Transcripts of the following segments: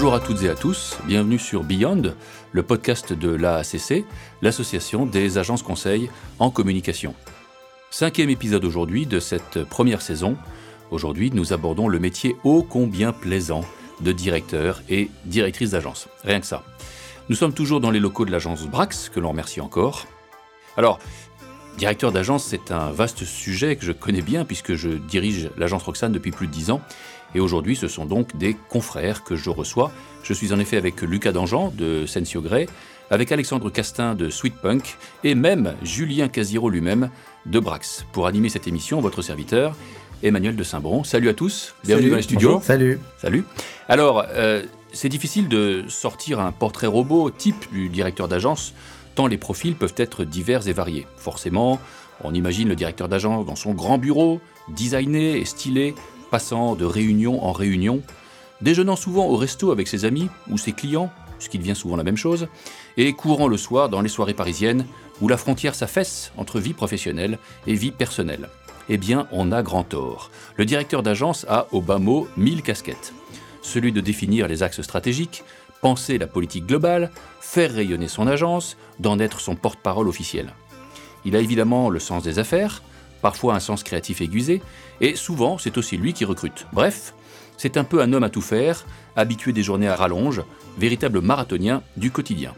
Bonjour à toutes et à tous, bienvenue sur Beyond, le podcast de l'AACC, l'association des agences conseils en communication. 5e épisode aujourd'hui de cette première saison. Aujourd'hui, nous abordons le métier ô combien plaisant de directeur et directrice d'agence. Rien que ça. Nous sommes toujours dans les locaux de l'agence Brax, que l'on remercie encore. Alors, directeur d'agence, c'est un vaste sujet que je connais bien puisque je dirige l'agence Roxane depuis plus de 10 ans. Et aujourd'hui, ce sont donc des confrères que je reçois. Je suis en effet avec Lucas Dangean de Sensio Grey, avec Alexandre Castin de Sweet Punk et même Julien Casiro lui-même de Brax. Pour animer cette émission, votre serviteur, Emmanuel de Saint-Bron. Salut à tous, bienvenue dans les studios. Bonjour. Salut. Salut. Alors, c'est difficile de sortir un portrait robot type du directeur d'agence, tant les profils peuvent être divers et variés. Forcément, on imagine le directeur d'agence dans son grand bureau, designé et stylé, passant de réunion en réunion, déjeunant souvent au resto avec ses amis ou ses clients, ce qui devient souvent la même chose, et courant le soir dans les soirées parisiennes où la frontière s'affaisse entre vie professionnelle et vie personnelle. Eh bien, on a grand tort. Le directeur d'agence a, au bas mot, 1000 casquettes. Celui de définir les axes stratégiques, penser la politique globale, faire rayonner son agence, d'en être son porte-parole officiel. Il a évidemment le sens des affaires, parfois un sens créatif aiguisé, et souvent c'est aussi lui qui recrute. Bref, c'est un peu un homme à tout faire, habitué des journées à rallonge, véritable marathonien du quotidien.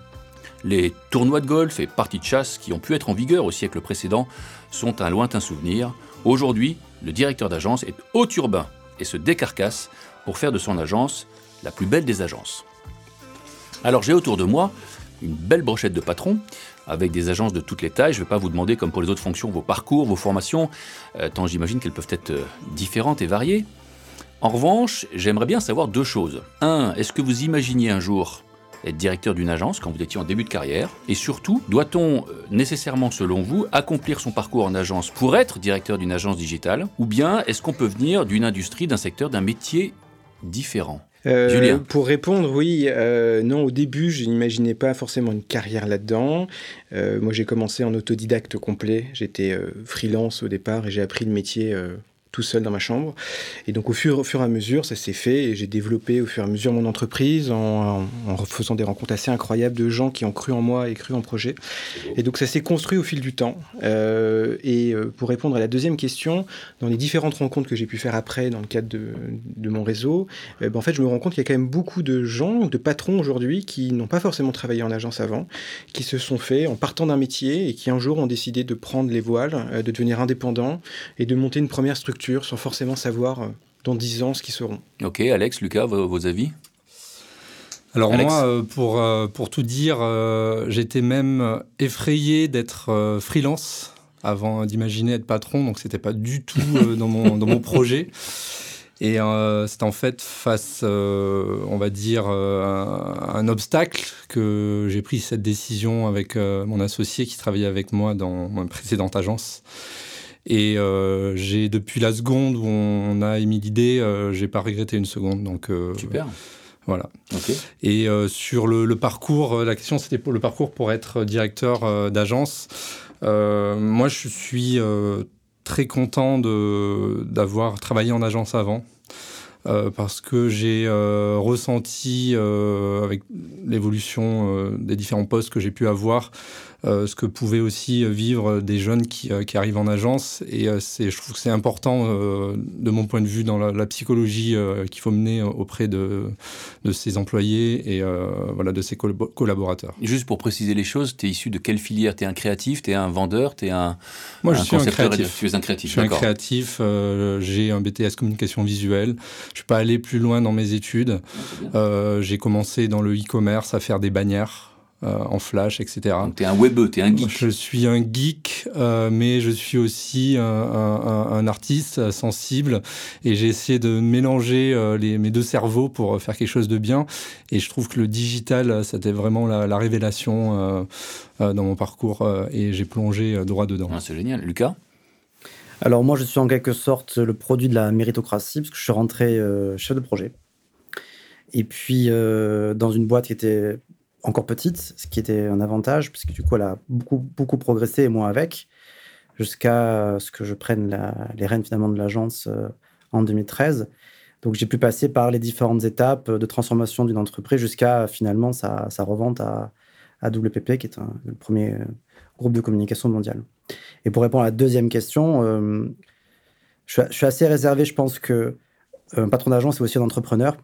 Les tournois de golf et parties de chasse qui ont pu être en vigueur au siècle précédent sont un lointain souvenir. Aujourd'hui, le directeur d'agence est haut urbain et se décarcasse pour faire de son agence la plus belle des agences. Alors j'ai autour de moi une belle brochette de patrons, avec des agences de toutes les tailles. Je ne vais pas vous demander, comme pour les autres fonctions, vos parcours, vos formations, tant j'imagine qu'elles peuvent être différentes et variées. En revanche, j'aimerais bien savoir 2 choses. 1, est-ce que vous imaginiez un jour être directeur d'une agence quand vous étiez en début de carrière? Et surtout, doit-on nécessairement, selon vous, accomplir son parcours en agence pour être directeur d'une agence digitale? Ou bien est-ce qu'on peut venir d'une industrie, d'un secteur, d'un métier différent? Julien. Pour répondre, oui, non, au début, je n'imaginais pas forcément une carrière là-dedans. Moi, j'ai commencé en autodidacte complet. J'étais freelance au départ et j'ai appris le métier tout seul dans ma chambre. Et donc, au fur et à mesure, ça s'est fait et j'ai développé au fur et à mesure mon entreprise en faisant des rencontres assez incroyables de gens qui ont cru en moi et cru en projet. Et donc, ça s'est construit au fil du temps. Pour répondre à la deuxième question, dans les différentes rencontres que j'ai pu faire après dans le cadre de mon réseau, en fait, je me rends compte qu'il y a quand même beaucoup de gens, de patrons aujourd'hui qui n'ont pas forcément travaillé en agence avant, qui se sont faits en partant d'un métier et qui un jour ont décidé de prendre les voiles, de devenir indépendants et de monter une première structure sans forcément savoir dans 10 ans ce qu'ils seront. Ok, Alex, Lucas, vos avis? Alors Alex. Moi, pour tout dire, j'étais même effrayé d'être freelance avant d'imaginer être patron, donc c'était pas du tout dans mon projet. Et c'est en fait face, on va dire, un obstacle que j'ai pris cette décision avec mon associé qui travaillait avec moi dans ma précédente agence. Et j'ai, depuis la seconde où on a émis l'idée, j'ai pas regretté une seconde. Donc, super. Voilà. Okay. Et sur le parcours, la question c'était pour le parcours pour être directeur d'agence. Moi, je suis très content d'avoir travaillé en agence avant. Parce que j'ai ressenti, avec l'évolution des différents postes que j'ai pu avoir, ce que pouvaient aussi vivre des jeunes qui arrivent en agence. Et je trouve que c'est important, de mon point de vue, dans la psychologie qu'il faut mener auprès de ses employés et voilà, de ses collaborateurs. Juste pour préciser les choses, tu es issu de quelle filière? Tu es un créatif, tu es un vendeur, tu es un Moi, je suis un créatif. Tu es un créatif, je suis d'accord. Un créatif, j'ai un BTS communication visuelle. Je ne suis pas allé plus loin dans mes études. J'ai commencé dans le e-commerce à faire des bannières en flash, etc. Donc, tu es un webeux, tu es un geek. Je suis un geek, mais je suis aussi un artiste sensible. Et j'ai essayé de mélanger mes 2 cerveaux pour faire quelque chose de bien. Et je trouve que le digital, c'était vraiment la révélation dans mon parcours. Et j'ai plongé droit dedans. Ah, c'est génial. Lucas? Alors moi, je suis en quelque sorte le produit de la méritocratie, parce que je suis rentré chef de projet. Et puis, dans une boîte qui était encore petite, ce qui était un avantage, puisque du coup, elle a beaucoup progressé, et moi avec, jusqu'à ce que je prenne les rênes finalement de l'agence en 2013. Donc, j'ai pu passer par les différentes étapes de transformation d'une entreprise jusqu'à finalement sa revente à WPP, qui est le premier groupe de communication mondial. Et pour répondre à la deuxième question, je suis assez réservé. Je pense qu'un patron d'agence, c'est aussi un entrepreneur.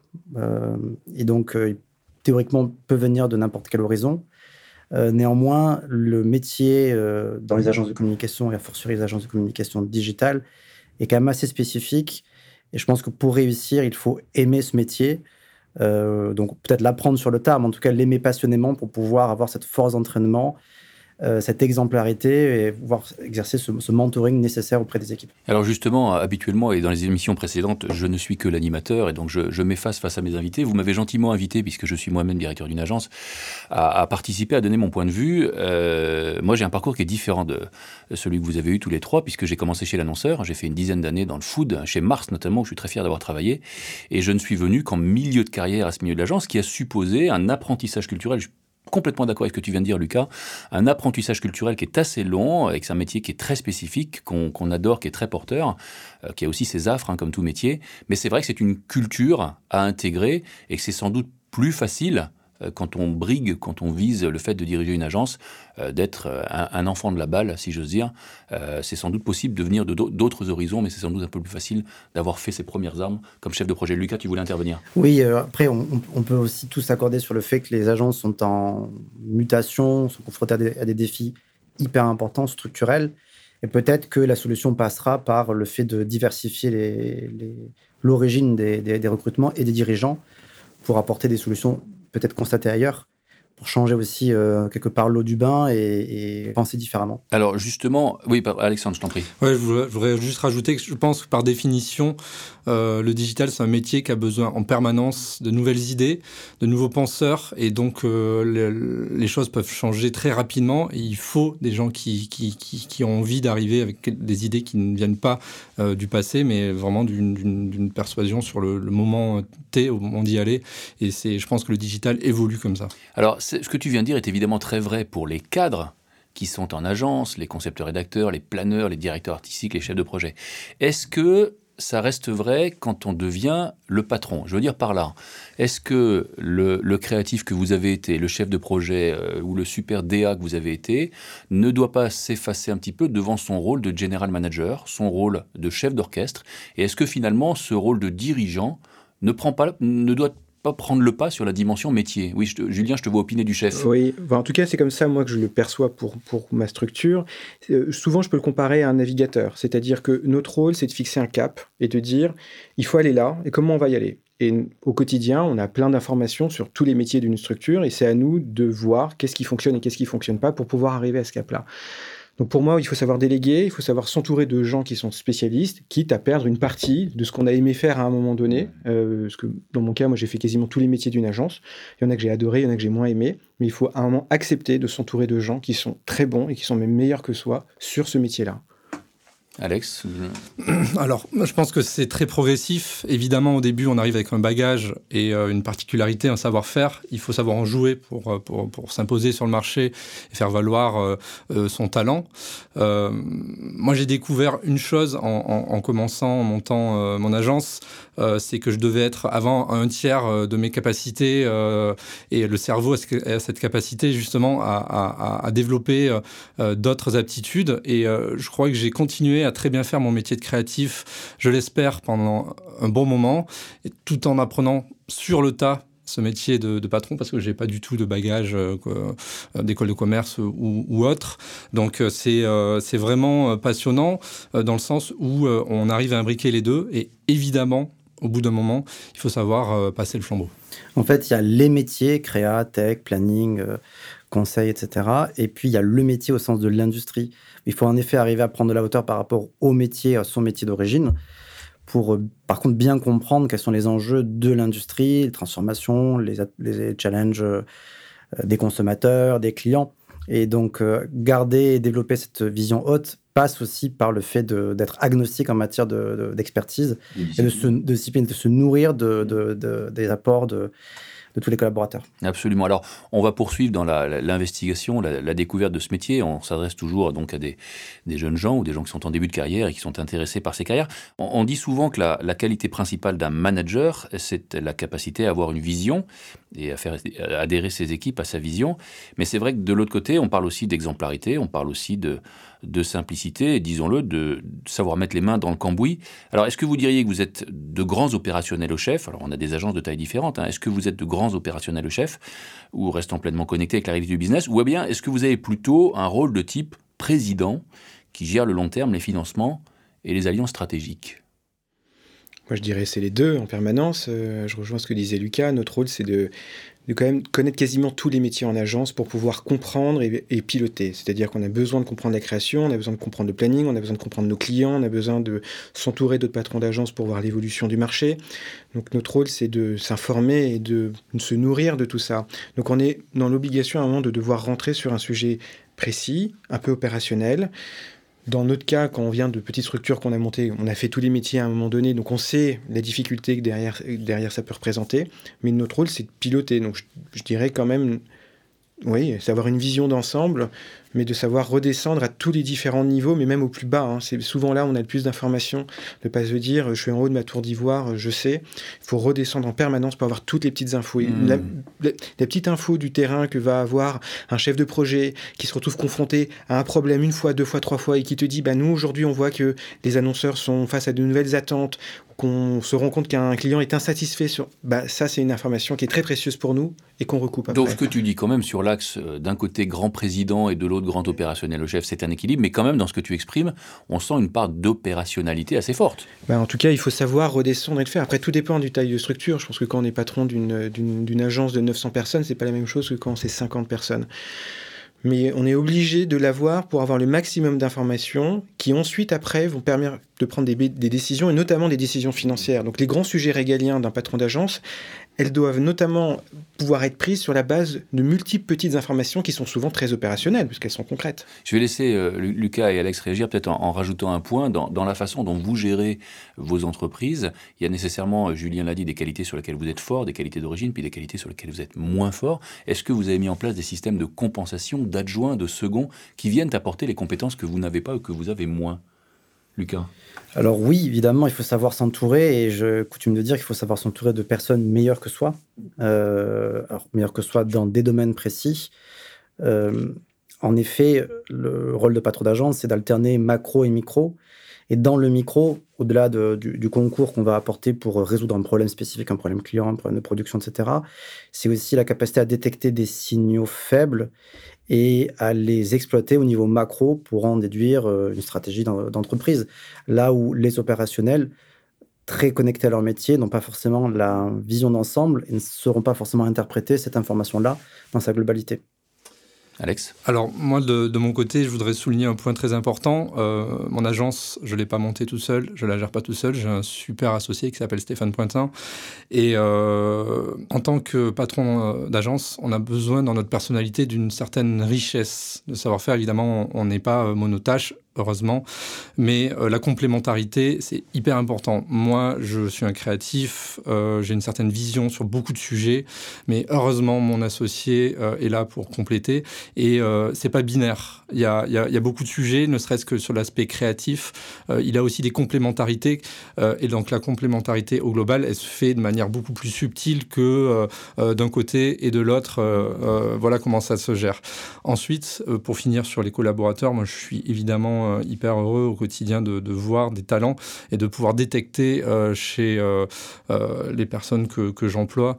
Et donc, théoriquement, peut venir de n'importe quel horizon. Néanmoins, le métier dans les agences de communication, et a fortiori les agences de communication digitale, est quand même assez spécifique. Et je pense que pour réussir, il faut aimer ce métier. Donc peut-être l'apprendre sur le tard, mais en tout cas l'aimer passionnément pour pouvoir avoir cette force d'entraînement, cette exemplarité et pouvoir exercer ce mentoring nécessaire auprès des équipes. Alors justement, habituellement et dans les émissions précédentes, je ne suis que l'animateur et donc je m'efface face à mes invités. Vous m'avez gentiment invité, puisque je suis moi-même directeur d'une agence, à participer, à donner mon point de vue. Moi, j'ai un parcours qui est différent de celui que vous avez eu tous les trois, puisque j'ai commencé chez l'annonceur. J'ai fait une dizaine d'années dans le food, chez Mars notamment, où je suis très fier d'avoir travaillé. Et je ne suis venu qu'en milieu de carrière à ce milieu de l'agence, qui a supposé un apprentissage culturel. Complètement d'accord avec ce que tu viens de dire, Lucas. Un apprentissage culturel qui est assez long, avec un métier qui est très spécifique, qu'on adore, qui est très porteur, qui a aussi ses affres, comme tout métier. Mais c'est vrai que c'est une culture à intégrer et que c'est sans doute plus facile quand on brigue, quand on vise le fait de diriger une agence, d'être un enfant de la balle, si j'ose dire. C'est sans doute possible de venir d'autres horizons, mais c'est sans doute un peu plus facile d'avoir fait ses premières armes comme chef de projet. Lucas, tu voulais intervenir ? Oui, après, on peut aussi tous s'accorder sur le fait que les agences sont en mutation, sont confrontées à des défis hyper importants, structurels. Et peut-être que la solution passera par le fait de diversifier l'origine des recrutements et des dirigeants pour apporter des solutions peut-être constatées ailleurs, pour changer aussi quelque part l'eau du bain et penser différemment. Alors justement, oui, Alexandre, je t'en prie. Ouais, je voudrais juste rajouter que je pense que par définition, le digital, c'est un métier qui a besoin en permanence de nouvelles idées, de nouveaux penseurs, et donc les choses peuvent changer très rapidement. Et il faut des gens qui ont envie d'arriver avec des idées qui ne viennent pas du passé, mais vraiment d'une persuasion sur le moment T, au moment d'y aller. Et je pense que le digital évolue comme ça. Alors, ce que tu viens de dire est évidemment très vrai pour les cadres qui sont en agence, les concepteurs-rédacteurs, les planeurs, les directeurs artistiques, les chefs de projet. Est-ce que ça reste vrai quand on devient le patron ? Je veux dire par là, est-ce que le créatif que vous avez été, le chef de projet ou le super DA que vous avez été, ne doit pas s'effacer un petit peu devant son rôle de general manager, son rôle de chef d'orchestre ? Et est-ce que finalement, ce rôle de dirigeant ne doit pas prendre le pas sur la dimension métier ? Oui, Julien, je te vois opiner du chef. Oui, en tout cas, c'est comme ça, moi, que je le perçois pour ma structure. Souvent, je peux le comparer à un navigateur. C'est-à-dire que notre rôle, c'est de fixer un cap et de dire, il faut aller là, et comment on va y aller ? Et au quotidien, on a plein d'informations sur tous les métiers d'une structure, et c'est à nous de voir qu'est-ce qui fonctionne et qu'est-ce qui ne fonctionne pas pour pouvoir arriver à ce cap-là. Donc pour moi, il faut savoir déléguer, il faut savoir s'entourer de gens qui sont spécialistes, quitte à perdre une partie de ce qu'on a aimé faire à un moment donné. Parce que dans mon cas, moi j'ai fait quasiment tous les métiers d'une agence. Il y en a que j'ai adoré, il y en a que j'ai moins aimé. Mais il faut à un moment accepter de s'entourer de gens qui sont très bons et qui sont même meilleurs que soi sur ce métier-là. Alex ? Alors, je pense que c'est très progressif. Évidemment, au début, on arrive avec un bagage et une particularité, un savoir-faire. Il faut savoir en jouer pour s'imposer sur le marché et faire valoir son talent. Moi, j'ai découvert une chose en commençant, en montant mon agence, c'est que je devais être avant un tiers de mes capacités et le cerveau a cette capacité justement à développer d'autres aptitudes. Et je crois que j'ai continué à très bien faire mon métier de créatif, je l'espère, pendant un bon moment, et tout en apprenant sur le tas ce métier de patron, parce que je n'ai pas du tout de bagage d'école de commerce ou autre. Donc c'est vraiment passionnant dans le sens où on arrive à imbriquer les deux, et évidemment, au bout d'un moment, il faut savoir passer le flambeau. En fait, il y a les métiers, créa, tech, planning, conseil, etc. Et puis, il y a le métier au sens de l'industrie. Il faut en effet arriver à prendre de la hauteur par rapport au métier, à son métier d'origine, pour, par contre, bien comprendre quels sont les enjeux de l'industrie, les transformations, les challenges des consommateurs, des clients. Et donc, garder et développer cette vision haute passe aussi par le fait d'être agnostique en matière d'expertise et de se nourrir des apports tous les collaborateurs. Absolument. Alors, on va poursuivre dans l'investigation, la découverte de ce métier. On s'adresse toujours donc à des jeunes gens ou des gens qui sont en début de carrière et qui sont intéressés par ces carrières. On dit souvent que la qualité principale d'un manager, c'est la capacité à avoir une vision et à faire adhérer ses équipes à sa vision. Mais c'est vrai que de l'autre côté, on parle aussi d'exemplarité, on parle aussi de simplicité, et disons-le, de savoir mettre les mains dans le cambouis. Alors, est-ce que vous diriez que vous êtes de grands opérationnels au chef? Alors, on a des agences de taille différentes. Est-ce que vous êtes de grands opérationnels au chef ou restant pleinement connectés avec la réalité du business? Ou bien, est-ce que vous avez plutôt un rôle de type président qui gère le long terme, les financements et les alliances stratégiques? Moi, je dirais c'est les deux en permanence. Je rejoins ce que disait Lucas. Notre rôle, c'est de quand même connaître quasiment tous les métiers en agence pour pouvoir comprendre et piloter. C'est-à-dire qu'on a besoin de comprendre la création, on a besoin de comprendre le planning, on a besoin de comprendre nos clients, on a besoin de s'entourer d'autres patrons d'agence pour voir l'évolution du marché. Donc notre rôle, c'est de s'informer et de se nourrir de tout ça. Donc on est dans l'obligation à un moment de devoir rentrer sur un sujet précis, un peu opérationnel. Dans notre cas, quand on vient de petites structures qu'on a montées, on a fait tous les métiers à un moment donné, donc on sait la difficulté que derrière ça peut représenter. Mais notre rôle, c'est de piloter. Donc je dirais quand même, oui, c'est avoir une vision d'ensemble, mais de savoir redescendre à tous les différents niveaux, mais même au plus bas. C'est souvent là où on a le plus d'informations, de ne pas se dire, je suis en haut de ma tour d'ivoire, je sais. Il faut redescendre en permanence pour avoir toutes les petites infos. La petite info du terrain que va avoir un chef de projet qui se retrouve confronté à un problème une fois, deux fois, trois fois, et qui te dit, nous, aujourd'hui, on voit que les annonceurs sont face à de nouvelles attentes, qu'on se rend compte qu'un client est insatisfait sur... ça, c'est une information qui est très précieuse pour nous et qu'on recoupe après. Donc, ce que tu dis quand même sur l'axe d'un côté grand président et de l'autre grand opérationnel au chef, c'est un équilibre, mais quand même, dans ce que tu exprimes, on sent une part d'opérationnalité assez forte. En tout cas, il faut savoir redescendre et le faire. Après, tout dépend du taille de structure. Je pense que quand on est patron d'une agence de 900 personnes, c'est pas la même chose que quand c'est 50 personnes. Mais on est obligé de l'avoir pour avoir le maximum d'informations qui ensuite, après, vont permettre de prendre des décisions, et notamment des décisions financières. Donc les grands sujets régaliens d'un patron d'agence, elles doivent notamment pouvoir être prises sur la base de multiples petites informations qui sont souvent très opérationnelles, puisqu'elles sont concrètes. Je vais laisser Lucas et Alex réagir, peut-être en rajoutant un point. Dans la façon dont vous gérez vos entreprises, il y a nécessairement, Julien l'a dit, des qualités sur lesquelles vous êtes fort, des qualités d'origine, puis des qualités sur lesquelles vous êtes moins fort. Est-ce que vous avez mis en place des systèmes de compensation, d'adjoints, de seconds, qui viennent apporter les compétences que vous n'avez pas ou que vous avez moins? Lucas? Alors oui, évidemment, il faut savoir s'entourer, et je coutume de dire qu'il faut savoir s'entourer de personnes meilleures que soi, alors meilleures que soi dans des domaines précis. En effet, le rôle de patron d'agence, c'est d'alterner macro et micro. Et dans le micro, au-delà du concours qu'on va apporter pour résoudre un problème spécifique, un problème client, un problème de production, etc., c'est aussi la capacité à détecter des signaux faibles et à les exploiter au niveau macro pour en déduire une stratégie d'entreprise. Là où les opérationnels, très connectés à leur métier, n'ont pas forcément la vision d'ensemble et ne sauront pas forcément interpréter cette information-là dans sa globalité. Alex? Alors, moi, de mon côté, je voudrais souligner un point très important. Mon agence, je ne l'ai pas montée tout seul, je ne la gère pas tout seul. J'ai un super associé qui s'appelle Stéphane Pointin. Et en tant que patron d'agence, on a besoin dans notre personnalité d'une certaine richesse de savoir-faire. Évidemment, on n'est pas monotâche, heureusement, mais la complémentarité, c'est hyper important. Moi, je suis un créatif, j'ai une certaine vision sur beaucoup de sujets, mais heureusement, mon associé est là pour compléter. Et c'est pas binaire. Il y a beaucoup de sujets, ne serait-ce que sur l'aspect créatif. Il a aussi des complémentarités. Et donc, la complémentarité au global, elle se fait de manière beaucoup plus subtile que d'un côté et de l'autre. Voilà comment ça se gère. Ensuite, pour finir sur les collaborateurs, moi, je suis évidemment hyper heureux au quotidien de voir des talents et de pouvoir détecter chez les personnes que j'emploie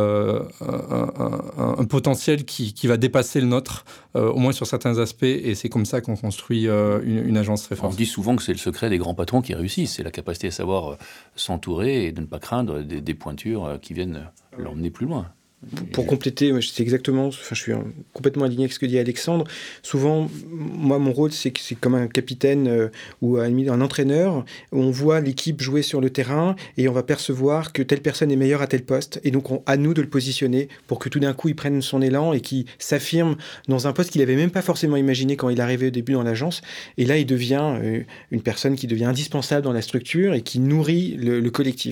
un potentiel qui va dépasser le nôtre, au moins sur certains aspects, et c'est comme ça qu'on construit une agence très forte. On dit souvent que c'est le secret des grands patrons qui réussissent, c'est la capacité à savoir s'entourer et de ne pas craindre des pointures qui viennent l'emmener plus loin. Pour compléter, c'est exactement, je suis complètement aligné avec ce que dit Alexandre. Souvent, moi, mon rôle, c'est comme un capitaine ou un entraîneur, où on voit l'équipe jouer sur le terrain et on va percevoir que telle personne est meilleure à tel poste. Et donc, à nous de le positionner pour que tout d'un coup, il prenne son élan et qu'il s'affirme dans un poste qu'il n'avait même pas forcément imaginé quand il arrivait au début dans l'agence. Et là, il devient une personne qui devient indispensable dans la structure et qui nourrit le collectif.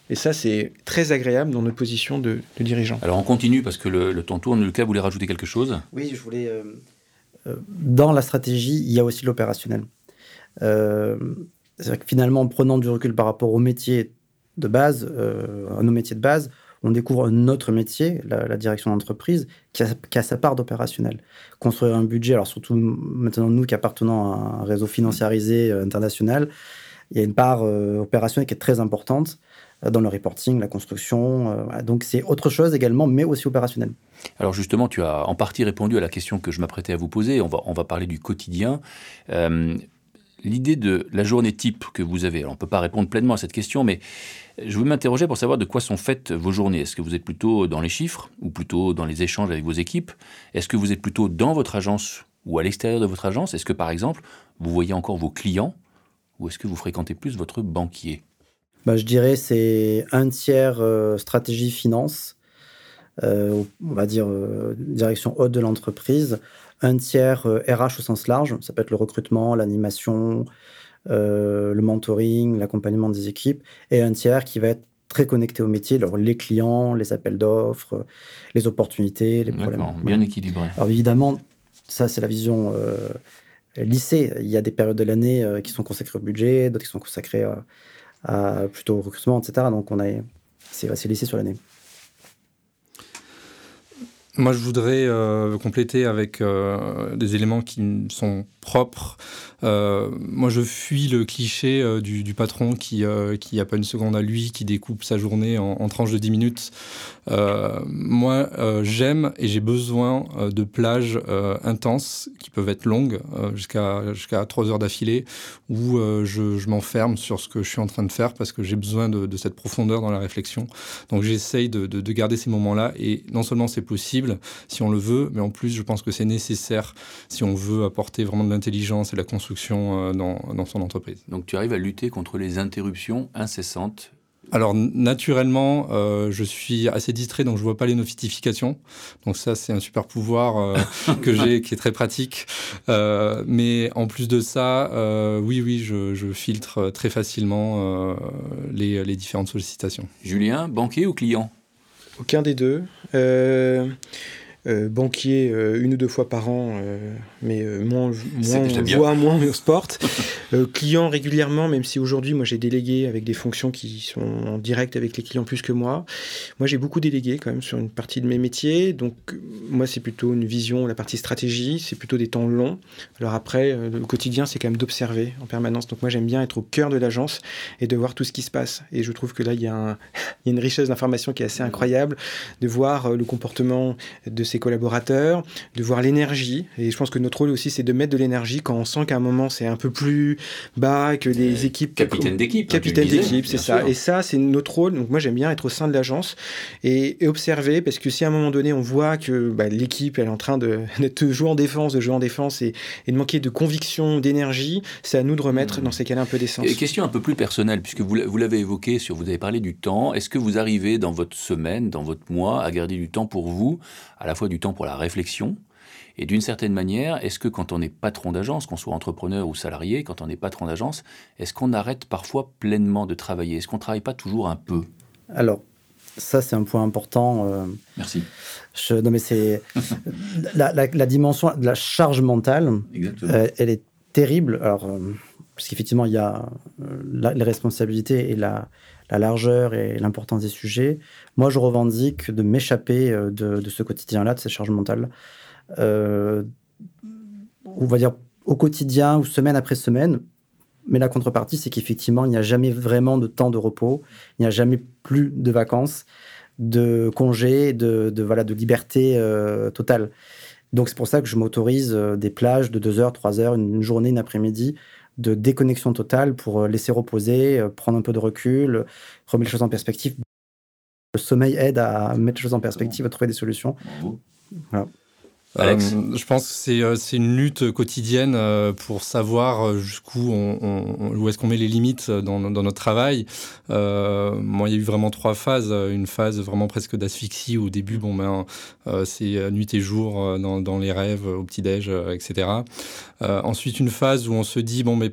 Et ça, c'est très agréable dans notre position de dirigeant. Alors on continue parce que le temps tourne. Lucas voulait rajouter quelque chose. Oui, je voulais... dans la stratégie, il y a aussi l'opérationnel. C'est-à-dire que finalement, en prenant du recul par rapport au métier de base, à nos métiers de base, on découvre un autre métier, la direction d'entreprise, qui a sa part d'opérationnel. Construire un budget, alors surtout maintenant nous qui appartenons à un réseau financiarisé international, il y a une part opérationnelle qui est très importante dans le reporting, la construction. Donc c'est autre chose également, mais aussi opérationnel. Alors justement, tu as en partie répondu à la question que je m'apprêtais à vous poser. On va parler du quotidien. L'idée de la journée type que vous avez, alors on ne peut pas répondre pleinement à cette question, mais je veux m'interroger pour savoir de quoi sont faites vos journées. Est-ce que vous êtes plutôt dans les chiffres ou plutôt dans les échanges avec vos équipes? Est-ce que vous êtes plutôt dans votre agence ou à l'extérieur de votre agence? Est-ce que par exemple, vous voyez encore vos clients ou est-ce que vous fréquentez plus votre banquier? Je dirais c'est un tiers stratégie finance, on va dire direction haute de l'entreprise, un tiers RH au sens large, ça peut être le recrutement, l'animation, le mentoring, l'accompagnement des équipes, et un tiers qui va être très connecté au métier, alors les clients, les appels d'offres, les opportunités, les problèmes. Bien équilibré. Alors évidemment, ça c'est la vision lycée. Il y a des périodes de l'année qui sont consacrées au budget, d'autres qui sont consacrées plutôt au recrutement, etc. Donc c'est lycée sur l'année. Moi, je voudrais compléter avec des éléments qui me sont propres. Moi, je fuis le cliché du patron qui a pas une seconde à lui, qui découpe sa journée en tranches de 10 minutes. Moi, j'aime et j'ai besoin de plages intenses qui peuvent être longues, jusqu'à 3 heures d'affilée, où je m'enferme sur ce que je suis en train de faire parce que j'ai besoin de cette profondeur dans la réflexion. Donc, j'essaye de garder ces moments-là et non seulement c'est possible si on le veut, mais en plus, je pense que c'est nécessaire si on veut apporter vraiment de l'intelligence et de la construction dans son entreprise. Donc, tu arrives à lutter contre les interruptions incessantes? Alors, naturellement, je suis assez distrait, donc je ne vois pas les notifications. Donc ça, c'est un super pouvoir que j'ai, qui est très pratique. Mais en plus de ça, oui, je filtre très facilement les différentes sollicitations. Julien, banquier ou client? Aucun des deux. Banquier 1 ou 2 fois par an, mais moins on voit, moins on se porte. Client régulièrement, même si aujourd'hui, moi j'ai délégué avec des fonctions qui sont en direct avec les clients plus que moi. Moi j'ai beaucoup délégué quand même sur une partie de mes métiers, donc moi c'est plutôt une vision, la partie stratégie, c'est plutôt des temps longs. Alors après, le quotidien c'est quand même d'observer en permanence, donc moi j'aime bien être au cœur de l'agence et de voir tout ce qui se passe. Et je trouve que là il y a une richesse d'informations qui est assez incroyable, de voir le comportement de ses collaborateurs, de voir l'énergie. Et je pense que notre rôle aussi, c'est de mettre de l'énergie quand on sent qu'à un moment, c'est un peu plus bas, que les équipes... Capitaine d'équipe. Capitaine d'équipe, c'est ça. Sûr. Et ça, c'est notre rôle. Donc moi, j'aime bien être au sein de l'agence et observer, parce que si à un moment donné, on voit que l'équipe, elle est en train de jouer en défense, et de manquer de conviction, d'énergie, c'est à nous de remettre dans ces cas-là un peu d'essence. Et question un peu plus personnelle, puisque vous l'avez évoqué, vous avez parlé du temps. Est-ce que vous arrivez dans votre semaine, dans votre mois, à garder du temps pour vous, à la fois du temps pour la réflexion, et d'une certaine manière, est-ce que quand on est patron d'agence, qu'on soit entrepreneur ou salarié, quand on est patron d'agence, est-ce qu'on arrête parfois pleinement de travailler? Est-ce qu'on ne travaille pas toujours un peu? Alors, ça c'est un point important. Merci. Non mais c'est... la dimension de la charge mentale, elle est terrible. Alors, parce qu'effectivement, il y a les responsabilités et la largeur et l'importance des sujets. Moi, je revendique de m'échapper de ce quotidien-là, de cette charge mentale. On va dire au quotidien ou semaine après semaine. Mais la contrepartie, c'est qu'effectivement, il n'y a jamais vraiment de temps de repos. Il n'y a jamais plus de vacances, de congés, de liberté totale. Donc, c'est pour ça que je m'autorise des plages de 2 heures, 3 heures, une journée, une après-midi, de déconnexion totale pour laisser reposer, prendre un peu de recul, remettre les choses en perspective. Le sommeil aide à mettre les choses en perspective, à trouver des solutions. Voilà. Alex. Je pense que c'est une lutte quotidienne pour savoir jusqu'où où est-ce qu'on met les limites dans notre travail. Moi, il y a eu vraiment 3 phases. Une phase vraiment presque d'asphyxie au début. C'est nuit et jour dans les rêves, au petit-déj, etc. Ensuite, une phase où on se dit, mais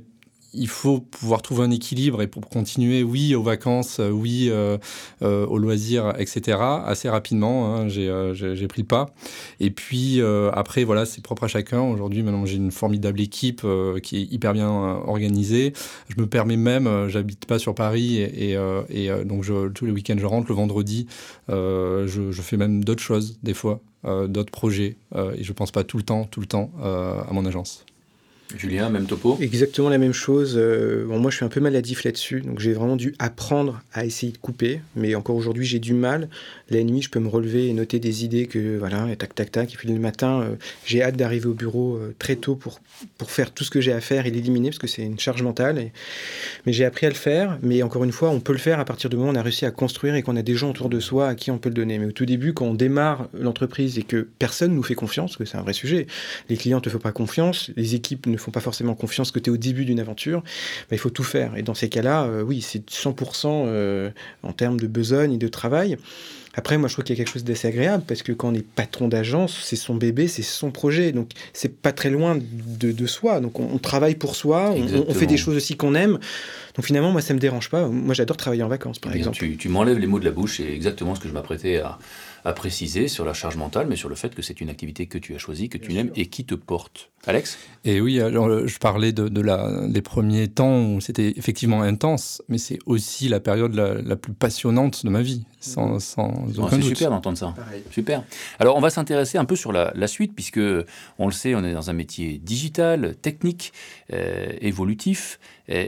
il faut pouvoir trouver un équilibre et pour continuer, oui, aux vacances, oui, aux loisirs, etc. Assez rapidement, hein, j'ai pris le pas. Et puis après, voilà, c'est propre à chacun. Aujourd'hui, maintenant, j'ai une formidable équipe qui est hyper bien organisée. Je me permets même, j'habite pas sur Paris et donc tous les week-ends, je rentre. Le vendredi, je fais même d'autres choses, des fois, d'autres projets. Et je pense pas tout le temps à mon agence. Julien, même topo? Exactement la même chose. Bon, moi, je suis un peu maladif là-dessus, donc j'ai vraiment dû apprendre à essayer de couper. Mais encore aujourd'hui, j'ai du mal. La nuit, je peux me relever et noter des idées que voilà, et tac, tac, tac. Et puis le matin, j'ai hâte d'arriver au bureau très tôt pour faire tout ce que j'ai à faire et l'éliminer parce que c'est une charge mentale. Mais j'ai appris à le faire. Mais encore une fois, on peut le faire à partir du moment où on a réussi à construire et qu'on a des gens autour de soi à qui on peut le donner. Mais au tout début, quand on démarre l'entreprise et que personne nous fait confiance, parce que c'est un vrai sujet, les clients ne te font pas confiance, les équipes ne font pas forcément confiance que tu es au début d'une aventure, il faut tout faire. Et dans ces cas-là, oui, c'est 100% en termes de besogne et de travail. Après, moi, je trouve qu'il y a quelque chose d'assez agréable parce que quand on est patron d'agence, c'est son bébé, c'est son projet. Donc, c'est pas très loin de soi. Donc, on travaille pour soi, on fait des choses aussi qu'on aime. Donc, finalement, moi, ça me dérange pas. Moi, j'adore travailler en vacances, par exemple. Tu m'enlèves les mots de la bouche. C'est exactement ce que je m'apprêtais à préciser sur la charge mentale, mais sur le fait que c'est une activité que tu as choisie, que tu aimes et qui te porte. Alex ? Et oui, alors, je parlais des premiers temps où c'était effectivement intense, mais c'est aussi la période la plus passionnante de ma vie, sans aucun doute. C'est super d'entendre ça. Pareil. Super. Alors, on va s'intéresser un peu sur la suite, puisque, on le sait, on est dans un métier digital, technique, évolutif,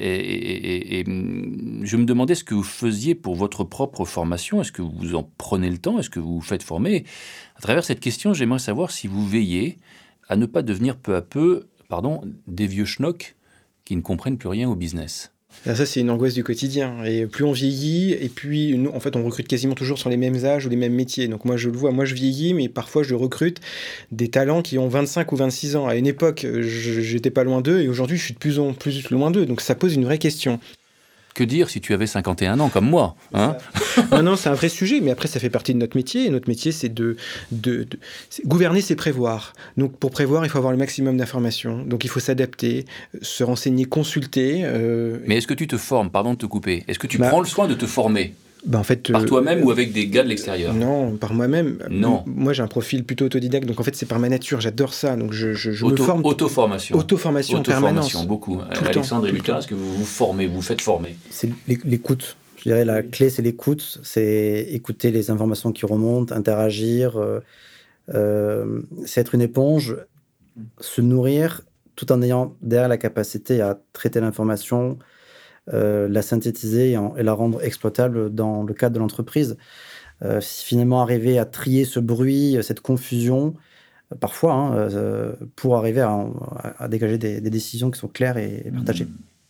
et je me demandais ce que vous faisiez pour votre propre formation. Est-ce que vous en prenez le temps ? Est-ce que vous vous faites former ? À travers cette question, j'aimerais savoir si vous veillez à ne pas devenir peu à peu, des vieux schnocks qui ne comprennent plus rien au business. Là, ça, c'est une angoisse du quotidien. Et plus on vieillit, et puis nous, en fait, on recrute quasiment toujours sur les mêmes âges ou les mêmes métiers. Donc moi, je le vois, moi, je vieillis, mais parfois, je recrute des talents qui ont 25 ou 26 ans. À une époque, j'étais pas loin d'eux, et aujourd'hui, je suis de plus en plus loin d'eux. Donc ça pose une vraie question. Que dire si tu avais 51 ans comme moi, hein ? Non, c'est un vrai sujet, mais après, ça fait partie de notre métier. Et notre métier, c'est gouverner, c'est prévoir. Donc, pour prévoir, il faut avoir le maximum d'informations. Donc, il faut s'adapter, se renseigner, consulter. Mais est-ce que tu te formes, pardon de te couper, est-ce que tu prends le soin de te former ? En fait, par toi-même ou avec des gars de l'extérieur ? Non, par moi-même. Non. Moi, j'ai un profil plutôt autodidacte, donc en fait, c'est par ma nature. J'adore ça, donc je me forme. Auto-formation. Auto-formation en permanence. Beaucoup. Alexandre et Lucas, est-ce que vous vous formez, vous faites former ? C'est l'écoute. Je dirais la clé, c'est l'écoute. C'est écouter les informations qui remontent, interagir. C'est être une éponge, se nourrir, tout en ayant derrière la capacité à traiter l'information, la synthétiser et la rendre exploitable dans le cadre de l'entreprise. Finalement, arriver à trier ce bruit, cette confusion, parfois, pour arriver à dégager des décisions qui sont claires et partagées.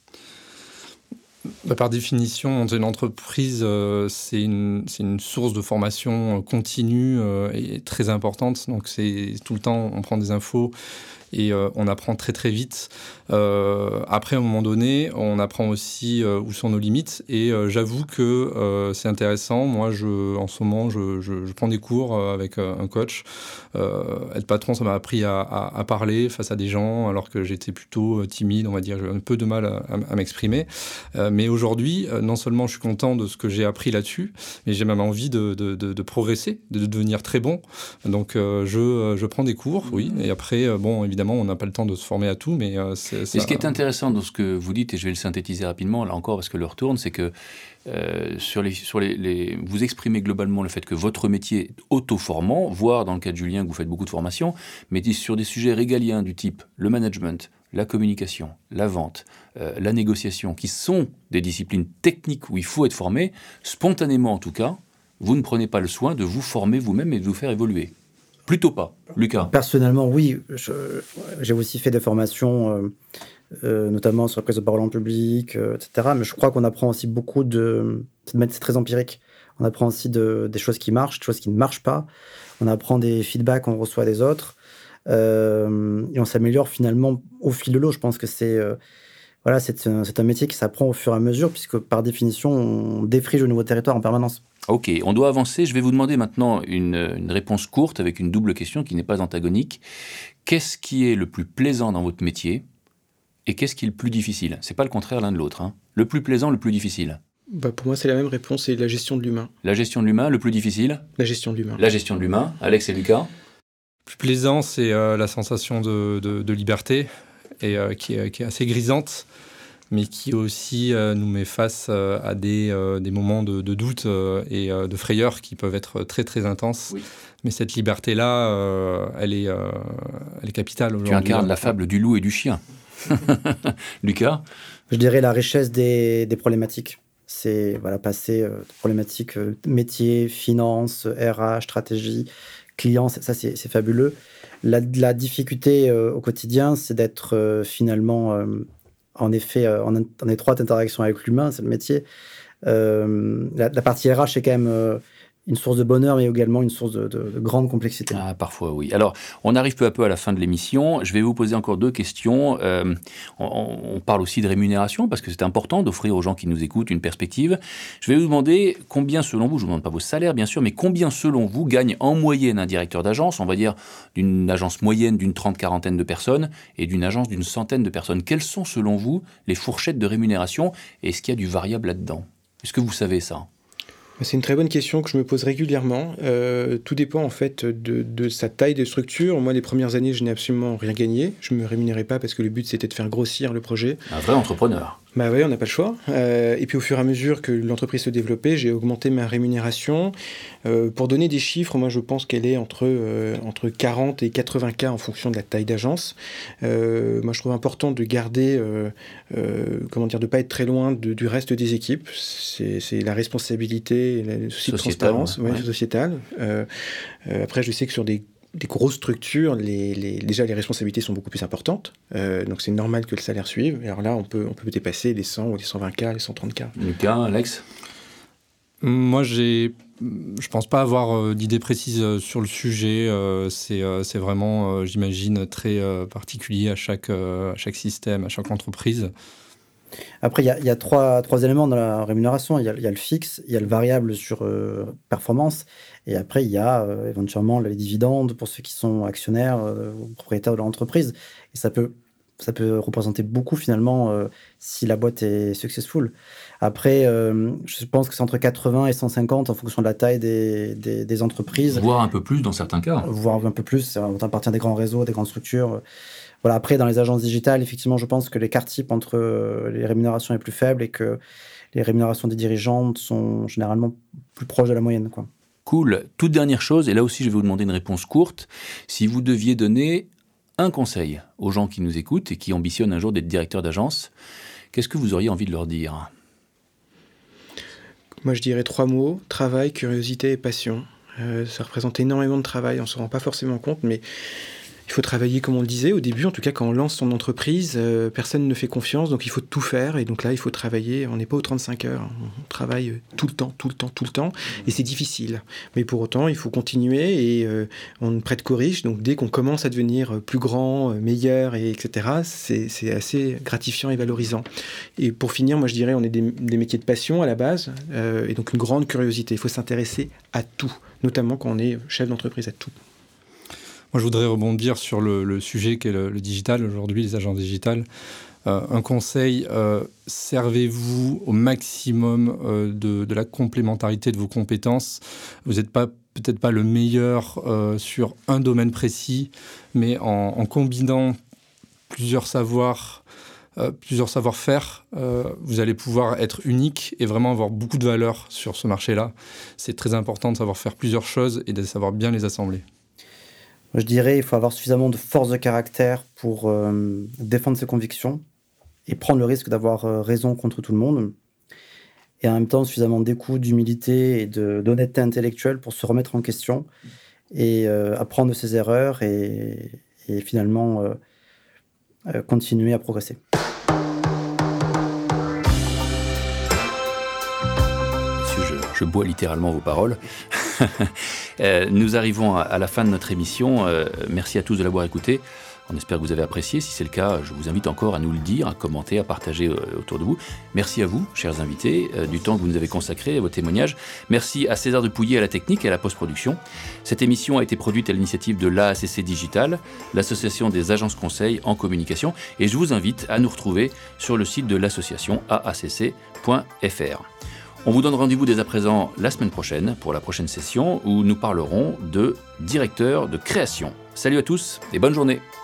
Par définition, une entreprise, c'est une source de formation continue et très importante. Donc, c'est tout le temps, on prend des infos et on apprend très très vite. Après, à un moment donné, on apprend aussi où sont nos limites. Et j'avoue que c'est intéressant. Moi, en ce moment, je prends des cours avec un coach. Être patron, ça m'a appris à parler face à des gens, alors que j'étais plutôt timide, on va dire. J'ai un peu de mal à m'exprimer. Mais aujourd'hui, non seulement je suis content de ce que j'ai appris là-dessus, mais j'ai même envie de progresser, de devenir très bon. Donc, je prends des cours, oui. Et après, évidemment, on n'a pas le temps de se former à tout, mais Et ce qui est intéressant dans ce que vous dites, et je vais le synthétiser rapidement, là encore, parce que l'heure tourne, c'est que vous exprimez globalement le fait que votre métier est auto-formant, voire dans le cas de Julien, que vous faites beaucoup de formation, mais sur des sujets régaliens du type le management, la communication, la vente, la négociation, qui sont des disciplines techniques où il faut être formé, spontanément en tout cas, vous ne prenez pas le soin de vous former vous-même et de vous faire évoluer. Plutôt pas. Lucas ? Personnellement, oui. J'ai aussi fait des formations, notamment sur la prise de parole en public, etc. Mais je crois qu'on apprend aussi beaucoup c'est très empirique. On apprend aussi des choses qui marchent, des choses qui ne marchent pas. On apprend des feedbacks qu'on reçoit des autres. Et on s'améliore finalement au fil de l'eau. Je pense que c'est un métier qui s'apprend au fur et à mesure, puisque par définition, on défriche de nouveaux territoires en permanence. Ok, on doit avancer. Je vais vous demander maintenant une réponse courte avec une double question qui n'est pas antagonique. Qu'est-ce qui est le plus plaisant dans votre métier ? Et qu'est-ce qui est le plus difficile ? C'est pas le contraire l'un de l'autre. Hein. Le plus plaisant, le plus difficile. Pour moi, c'est la même réponse, c'est la gestion de l'humain. La gestion de l'humain, le plus difficile ? La gestion de l'humain. La gestion de l'humain. Alex et Lucas ? Plus plaisant, c'est la sensation de liberté, et qui est assez grisante, mais qui aussi nous met face à des moments de doute et de frayeur qui peuvent être très très intenses. Oui. Mais cette liberté-là, elle est capitale aujourd'hui. Tu incarnes la fable du loup et du chien. Lucas ? Je dirais la richesse des problématiques. C'est passer de problématiques métier, finance, RH, stratégie, client, ça c'est fabuleux. La difficulté au quotidien, c'est d'être finalement, en effet, en étroite interaction avec l'humain, c'est le métier. La partie RH, c'est quand même une source de bonheur, mais également une source de grande complexité. Ah, parfois, oui. Alors, on arrive peu à peu à la fin de l'émission. Je vais vous poser encore 2 questions. On parle aussi de rémunération, parce que c'est important d'offrir aux gens qui nous écoutent une perspective. Je vais vous demander combien, selon vous, je ne vous demande pas vos salaires, bien sûr, mais combien, selon vous, gagne en moyenne un directeur d'agence, on va dire d'une agence moyenne d'une 30-40 de personnes, et d'une agence d'une 100 de personnes. Quelles sont, selon vous, les fourchettes de rémunération, et est-ce qu'il y a du variable là-dedans ? Est-ce que vous savez ça ? C'est une très bonne question que je me pose régulièrement. Tout dépend en fait de sa taille de structure. Moi, les premières années, je n'ai absolument rien gagné. Je ne me rémunérais pas parce que le but, c'était de faire grossir le projet. Un vrai entrepreneur. Bah oui, on n'a pas le choix. Et puis au fur et à mesure que l'entreprise se développait, j'ai augmenté ma rémunération. Pour donner des chiffres, moi je pense qu'elle est entre 40 et 80 K en fonction de la taille d'agence. Moi je trouve important de garder, de pas être très loin du reste des équipes. C'est la responsabilité et le souci de transparence sociétale. Après je sais que sur des grosses structures, déjà les responsabilités sont beaucoup plus importantes, donc c'est normal que le salaire suive. Et alors là, on peut dépasser les 100 ou les 120 K, les 130 K. Lucas, Alex ? Moi, je pense pas avoir d'idée précise sur le sujet. C'est vraiment, j'imagine, très particulier à chaque système, à chaque entreprise. Après, il y a trois éléments dans la rémunération. Il y a le fixe, il y a le variable sur performance, et après, il y a éventuellement les dividendes pour ceux qui sont actionnaires ou propriétaires de l'entreprise. Et ça peut représenter beaucoup, finalement, si la boîte est successful. Après, je pense que c'est entre 80 et 150 en fonction de la taille des entreprises. Voire un peu plus dans certains cas. Voire un peu plus. Ça appartient à des grands réseaux, des grandes structures. Voilà, après, dans les agences digitales, effectivement, je pense que l'écart type entre les rémunérations est plus faible et que les rémunérations des dirigeantes sont généralement plus proches de la moyenne, quoi. Cool. Toute dernière chose, et là aussi, je vais vous demander une réponse courte. Si vous deviez donner un conseil aux gens qui nous écoutent et qui ambitionnent un jour d'être directeur d'agence, qu'est-ce que vous auriez envie de leur dire ? Moi, je dirais 3 mots, travail, curiosité et passion. Ça représente énormément de travail, on ne se rend pas forcément compte, mais il faut travailler, comme on le disait au début, en tout cas quand on lance son entreprise, personne ne fait confiance, donc il faut tout faire, et donc là il faut travailler, on n'est pas aux 35 heures, on travaille tout le temps, et c'est difficile. Mais pour autant, il faut continuer, et on ne prête qu'aux riches, donc dès qu'on commence à devenir plus grand, meilleur, etc., c'est assez gratifiant et valorisant. Et pour finir, moi je dirais, on est des métiers de passion à la base, et donc une grande curiosité, il faut s'intéresser à tout, notamment quand on est chef d'entreprise, à tout. Moi, je voudrais rebondir sur le sujet qu'est le digital aujourd'hui, les agences digitales. Un conseil, servez-vous au maximum de la complémentarité de vos compétences. Vous n'êtes peut-être pas le meilleur sur un domaine précis, mais en combinant plusieurs savoir-faire, vous allez pouvoir être unique et vraiment avoir beaucoup de valeur sur ce marché-là. C'est très important de savoir faire plusieurs choses et de savoir bien les assembler. Je dirais qu'il faut avoir suffisamment de force de caractère pour défendre ses convictions et prendre le risque d'avoir raison contre tout le monde. Et en même temps, suffisamment d'écoute, d'humilité et d'honnêteté intellectuelle pour se remettre en question et apprendre de ses erreurs et finalement continuer à progresser. Je bois littéralement vos paroles. Nous arrivons à la fin de notre émission. Merci à tous de l'avoir écouté. On espère que vous avez apprécié. Si c'est le cas, je vous invite encore à nous le dire, à commenter, à partager autour de vous. Merci à vous, chers invités, du temps que vous nous avez consacré à vos témoignages. Merci à César Dupouillet à la technique et à la post-production. Cette émission a été produite à l'initiative de l'AACC Digital, l'association des agences conseils en communication. Et je vous invite à nous retrouver sur le site de l'association aacc.fr. On vous donne rendez-vous dès à présent la semaine prochaine pour la prochaine session où nous parlerons de directeur de création. Salut à tous et bonne journée.